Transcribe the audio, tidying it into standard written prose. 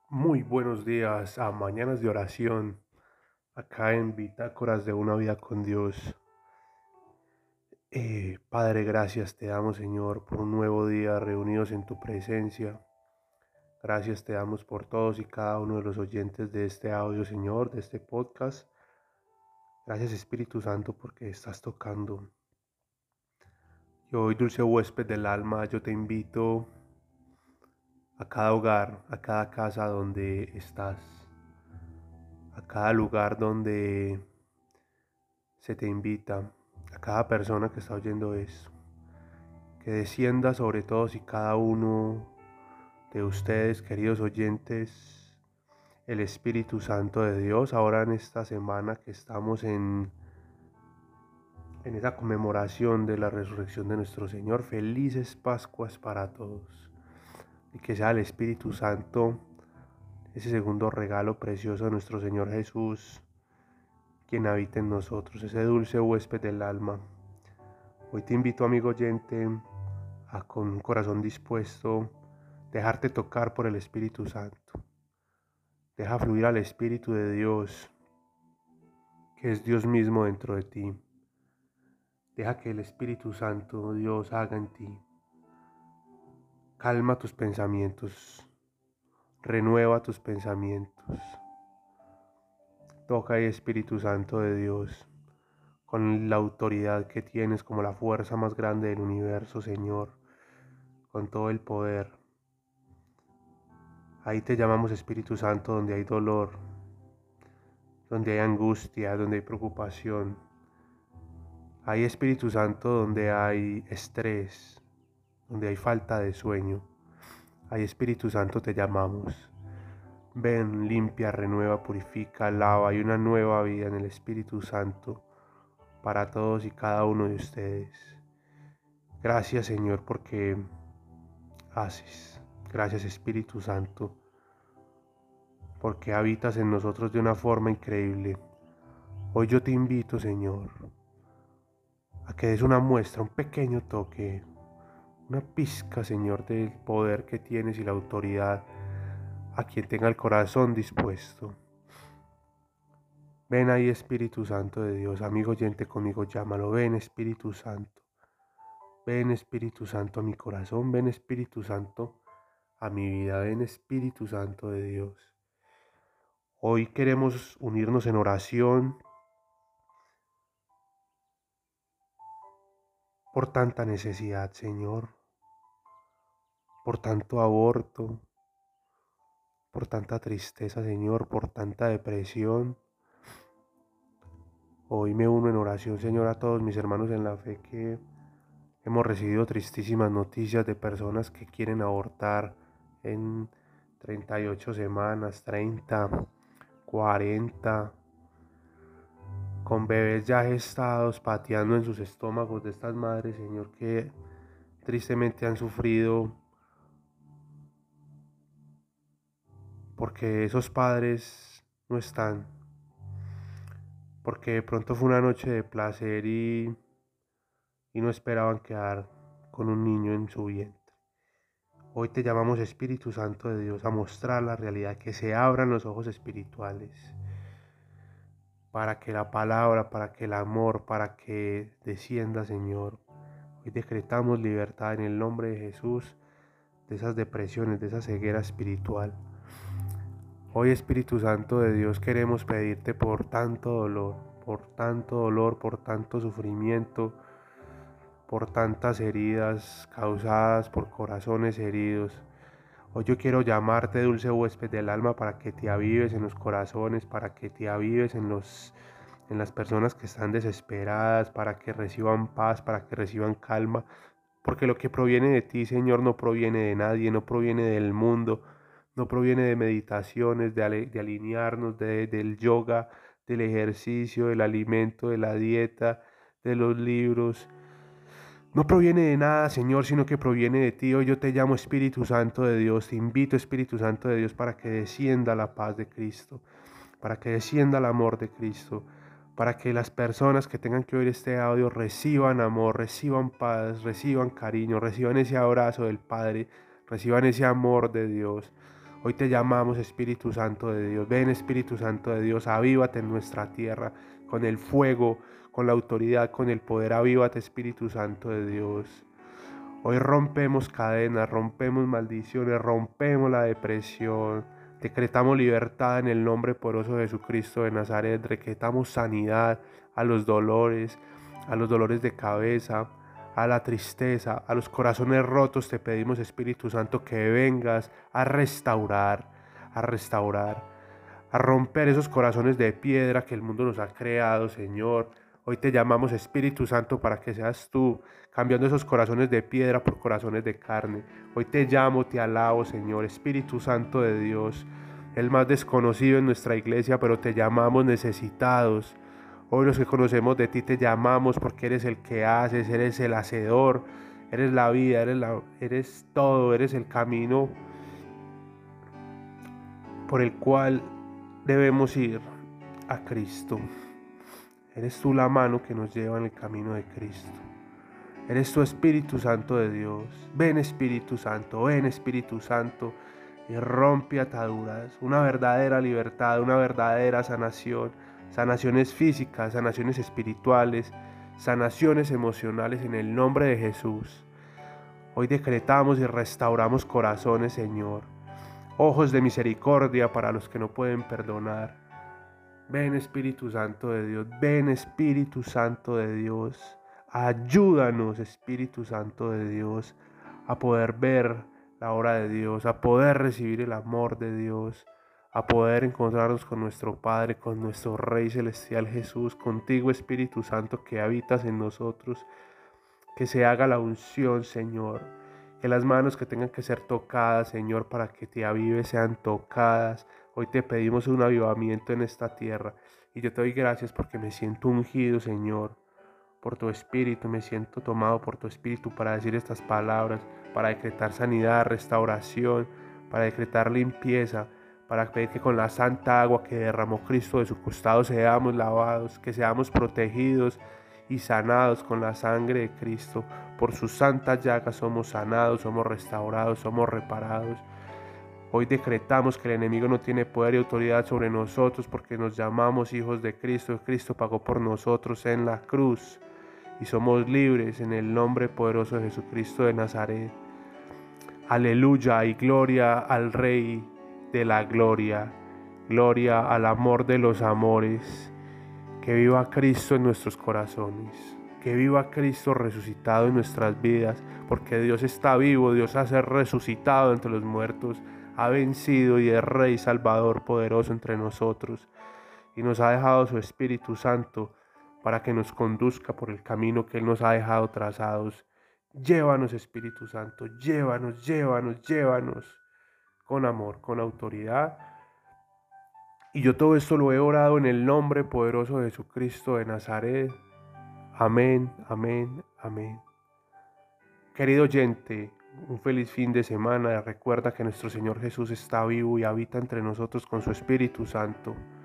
Muy buenos días a Mañanas de Oración, acá en Bitácoras de una vida con Dios. Padre, gracias te damos, Señor, por un nuevo día reunidos en tu presencia. Gracias te damos por todos y cada uno de los oyentes de este audio, Señor, de este podcast. Gracias, Espíritu Santo, porque estás tocando. Y hoy, dulce huésped del alma, yo te invito a cada hogar, a cada casa donde estás, a cada lugar donde se te invita, a cada persona que está oyendo esto, que descienda sobre todos y cada uno de ustedes, queridos oyentes, el Espíritu Santo de Dios, ahora en esta semana que estamos en esa conmemoración de la resurrección de nuestro Señor. Felices Pascuas para todos. Y que sea el Espíritu Santo, ese segundo regalo precioso de nuestro Señor Jesús, quien habita en nosotros, ese dulce huésped del alma. Hoy te invito, amigo oyente, a con un corazón dispuesto dejarte tocar por el Espíritu Santo. Deja fluir al Espíritu de Dios, que es Dios mismo dentro de ti. Deja que el Espíritu Santo, Dios, haga en ti. Calma tus pensamientos, renueva tus pensamientos. Toca, Espíritu Santo de Dios, con la autoridad que tienes como la fuerza más grande del universo, Señor, con todo el poder. Ahí te llamamos, Espíritu Santo, donde hay dolor, donde hay angustia, donde hay preocupación. Hay, Espíritu Santo, donde hay estrés, donde hay falta de sueño. Hay, Espíritu Santo, te llamamos. Ven, limpia, renueva, purifica, lava. Hay una nueva vida en el Espíritu Santo para todos y cada uno de ustedes. Gracias, Señor, porque haces. Gracias, Espíritu Santo, porque habitas en nosotros de una forma increíble. Hoy yo te invito, Señor, a que des una muestra, un pequeño toque, una pizca, Señor, del poder que tienes y la autoridad a quien tenga el corazón dispuesto. Ven ahí, Espíritu Santo de Dios, amigo oyente, conmigo llámalo. Ven, Espíritu Santo. Ven, Espíritu Santo, a mi corazón. Ven, Espíritu Santo, a mi vida. Ven, Espíritu Santo de Dios. Hoy queremos unirnos en oración por tanta necesidad, Señor, por tanto aborto, por tanta tristeza, Señor, por tanta depresión. Hoy me uno en oración, Señor, a todos mis hermanos en la fe que hemos recibido tristísimas noticias de personas que quieren abortar en 38 semanas, 30, 40, con bebés ya gestados, pateando en sus estómagos de estas madres, Señor, que tristemente han sufrido porque esos padres no están, porque de pronto fue una noche de placer y no esperaban quedar con un niño en su vientre. Hoy te llamamos, Espíritu Santo de Dios, a mostrar la realidad, que se abran los ojos espirituales para que la palabra, para que el amor, para que descienda, Señor. Hoy decretamos libertad en el nombre de Jesús de esas depresiones, de esa ceguera espiritual. Hoy, Espíritu Santo de Dios, queremos pedirte por tanto dolor, por tanto dolor, por tanto sufrimiento, por tantas heridas causadas por corazones heridos. Hoy yo quiero llamarte, dulce huésped del alma, para que te avives en los corazones, para que te avives en las personas que están desesperadas, para que reciban paz, para que reciban calma, porque lo que proviene de ti, Señor, no proviene de nadie, no proviene del mundo, no proviene de meditaciones, de alinearnos, del yoga, del ejercicio, del alimento, de la dieta, de los libros. No proviene de nada, Señor, sino que proviene de ti. Hoy yo te llamo, Espíritu Santo de Dios. Te invito, Espíritu Santo de Dios, para que descienda la paz de Cristo, para que descienda el amor de Cristo, para que las personas que tengan que oír este audio reciban amor, reciban paz, reciban cariño, reciban ese abrazo del Padre, reciban ese amor de Dios. Hoy te llamamos, Espíritu Santo de Dios. Ven, Espíritu Santo de Dios, avívate en nuestra tierra con el fuego, con la autoridad, con el poder. Avívate, Espíritu Santo de Dios. Hoy rompemos cadenas, rompemos maldiciones, rompemos la depresión. Decretamos libertad en el nombre poderoso de Jesucristo de Nazaret. Decretamos sanidad a los dolores de cabeza, a la tristeza, a los corazones rotos. Te pedimos, Espíritu Santo, que vengas a restaurar, a romper esos corazones de piedra que el mundo nos ha creado, Señor. Hoy te llamamos, Espíritu Santo, para que seas tú cambiando esos corazones de piedra por corazones de carne. Hoy te llamo, te alabo, Señor, Espíritu Santo de Dios, el más desconocido en nuestra iglesia, pero te llamamos necesitados. Hoy los que conocemos de ti te llamamos porque eres el que haces, eres el hacedor, eres la vida, eres todo, eres el camino por el cual debemos ir a Cristo. Eres tú la mano que nos lleva en el camino de Cristo. Eres tu Espíritu Santo de Dios. Ven, Espíritu Santo, ven, Espíritu Santo, y rompe ataduras. Una verdadera libertad, una verdadera sanación. Sanaciones físicas, sanaciones espirituales, sanaciones emocionales en el nombre de Jesús. Hoy decretamos y restauramos corazones, Señor. Ojos de misericordia para los que no pueden perdonar. Ven, Espíritu Santo de Dios, ven, Espíritu Santo de Dios. Ayúdanos, Espíritu Santo de Dios, a poder ver la obra de Dios, a poder recibir el amor de Dios, a poder encontrarnos con nuestro Padre, con nuestro Rey Celestial Jesús, contigo, Espíritu Santo, que habitas en nosotros. Que se haga la unción, Señor, que las manos que tengan que ser tocadas, Señor, para que te avives, sean tocadas. Hoy te pedimos un avivamiento en esta tierra, y yo te doy gracias porque me siento ungido, Señor, por tu Espíritu. Me siento tomado por tu Espíritu para decir estas palabras, para decretar sanidad, restauración, para decretar limpieza, para pedir que con la santa agua que derramó Cristo de su costado seamos lavados, que seamos protegidos y sanados con la sangre de Cristo. Por sus santas llagas somos sanados, somos restaurados, somos reparados. Hoy decretamos que el enemigo no tiene poder y autoridad sobre nosotros porque nos llamamos hijos de Cristo. Cristo pagó por nosotros en la cruz y somos libres en el nombre poderoso de Jesucristo de Nazaret. Aleluya y gloria al Rey de la gloria, gloria al amor de los amores. Que viva Cristo en nuestros corazones, que viva Cristo resucitado en nuestras vidas, porque Dios está vivo, Dios ha resucitado entre los muertos, ha vencido y es Rey Salvador poderoso entre nosotros, y nos ha dejado su Espíritu Santo para que nos conduzca por el camino que Él nos ha dejado trazados. Llévanos, Espíritu Santo, llévanos, llévanos, llévanos, con amor, con autoridad. Y yo todo esto lo he orado en el nombre poderoso de Jesucristo de Nazaret. Amén, amén, amén. Querido oyente, un feliz fin de semana. Recuerda que nuestro Señor Jesús está vivo y habita entre nosotros con su Espíritu Santo.